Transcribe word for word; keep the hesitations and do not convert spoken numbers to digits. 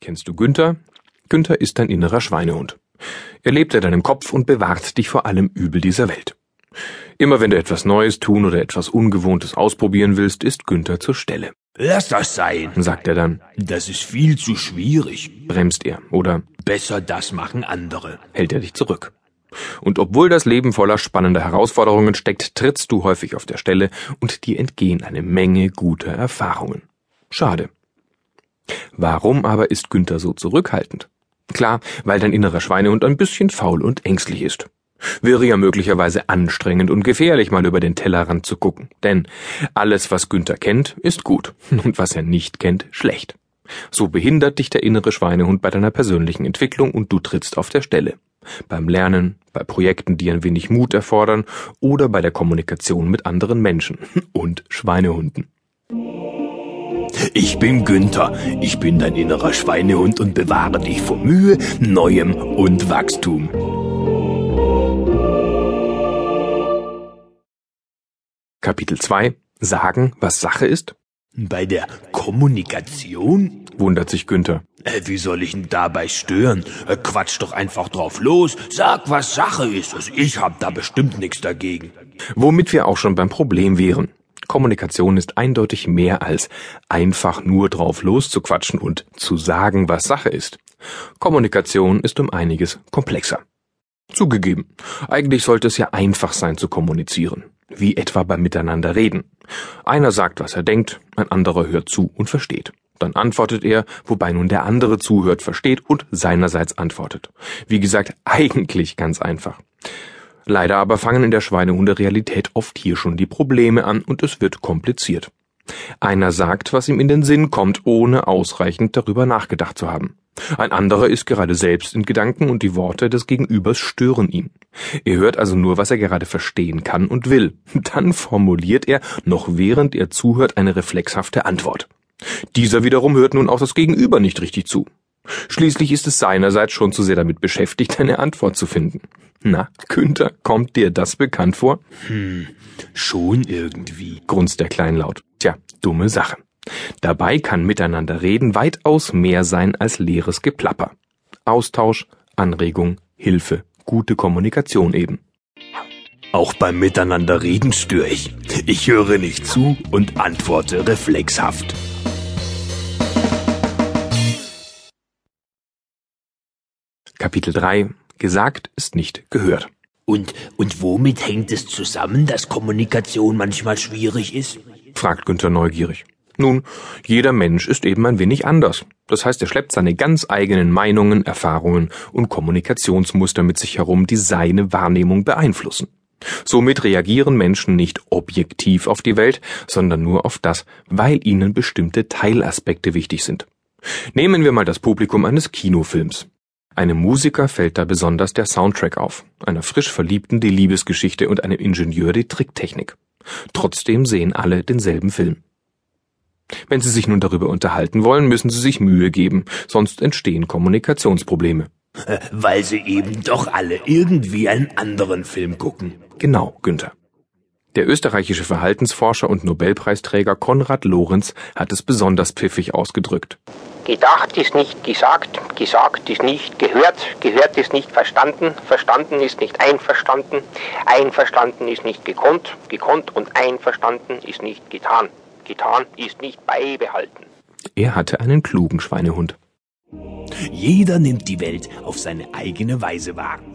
Kennst du Günther? Günther ist dein innerer Schweinehund. Er lebt in deinem Kopf und bewahrt dich vor allem Übel dieser Welt. Immer wenn du etwas Neues tun oder etwas Ungewohntes ausprobieren willst, ist Günther zur Stelle. Lass das sein, sagt er dann. Das ist viel zu schwierig, bremst er. Oder besser das machen andere, hält er dich zurück. Und obwohl das Leben voller spannender Herausforderungen steckt, trittst du häufig auf der Stelle und dir entgehen eine Menge guter Erfahrungen. Schade. Warum aber ist Günther so zurückhaltend? Klar, weil dein innerer Schweinehund ein bisschen faul und ängstlich ist. Wäre ja möglicherweise anstrengend und gefährlich, mal über den Tellerrand zu gucken. Denn alles, was Günther kennt, ist gut und was er nicht kennt, schlecht. So behindert dich der innere Schweinehund bei deiner persönlichen Entwicklung und du trittst auf der Stelle. Beim Lernen, bei Projekten, die ein wenig Mut erfordern oder bei der Kommunikation mit anderen Menschen und Schweinehunden. Ich bin Günther, ich bin dein innerer Schweinehund und bewahre dich vor Mühe, Neuem und Wachstum. Kapitel zwei. Sagen, was Sache ist? Bei der Kommunikation? Wundert sich Günther. Äh, wie soll ich denn dabei stören? Äh, quatsch doch einfach drauf los. Sag, was Sache ist. Also ich hab da bestimmt nichts dagegen. Womit wir auch schon beim Problem wären. Kommunikation ist eindeutig mehr als einfach nur drauf loszuquatschen und zu sagen, was Sache ist. Kommunikation ist um einiges komplexer. Zugegeben, eigentlich sollte es ja einfach sein zu kommunizieren. Wie etwa beim Miteinanderreden. Einer sagt, was er denkt, ein anderer hört zu und versteht. Dann antwortet er, wobei nun der andere zuhört, versteht und seinerseits antwortet. Wie gesagt, eigentlich ganz einfach. Leider aber fangen in der Schweinehunde-Realität oft hier schon die Probleme an und es wird kompliziert. Einer sagt, was ihm in den Sinn kommt, ohne ausreichend darüber nachgedacht zu haben. Ein anderer ist gerade selbst in Gedanken und die Worte des Gegenübers stören ihn. Er hört also nur, was er gerade verstehen kann und will. Dann formuliert er, noch während er zuhört, eine reflexhafte Antwort. Dieser wiederum hört nun auch das Gegenüber nicht richtig zu. Schließlich ist es seinerseits schon zu sehr damit beschäftigt, eine Antwort zu finden. Na, Günther, kommt dir das bekannt vor? Hm, schon irgendwie, grunzt der Kleinlaut. Tja, dumme Sache. Dabei kann miteinander reden weitaus mehr sein als leeres Geplapper. Austausch, Anregung, Hilfe, gute Kommunikation eben. Auch beim Miteinanderreden störe ich. Ich höre nicht zu und antworte reflexhaft. Kapitel drei. Gesagt ist nicht gehört. Und, und womit hängt es zusammen, dass Kommunikation manchmal schwierig ist? Fragt Günther neugierig. Nun, jeder Mensch ist eben ein wenig anders. Das heißt, er schleppt seine ganz eigenen Meinungen, Erfahrungen und Kommunikationsmuster mit sich herum, die seine Wahrnehmung beeinflussen. Somit reagieren Menschen nicht objektiv auf die Welt, sondern nur auf das, weil ihnen bestimmte Teilaspekte wichtig sind. Nehmen wir mal das Publikum eines Kinofilms. Einem Musiker fällt da besonders der Soundtrack auf, einer frisch Verliebten die Liebesgeschichte und einem Ingenieur die Tricktechnik. Trotzdem sehen alle denselben Film. Wenn Sie sich nun darüber unterhalten wollen, müssen Sie sich Mühe geben, sonst entstehen Kommunikationsprobleme. Weil sie eben doch alle irgendwie einen anderen Film gucken. Genau, Günther. Der österreichische Verhaltensforscher und Nobelpreisträger Konrad Lorenz hat es besonders pfiffig ausgedrückt. Gedacht ist nicht gesagt, gesagt ist nicht gehört, gehört ist nicht verstanden, verstanden ist nicht einverstanden, einverstanden ist nicht gekonnt, gekonnt und einverstanden ist nicht getan, getan ist nicht beibehalten. Er hatte einen klugen Schweinehund. Jeder nimmt die Welt auf seine eigene Weise wahr.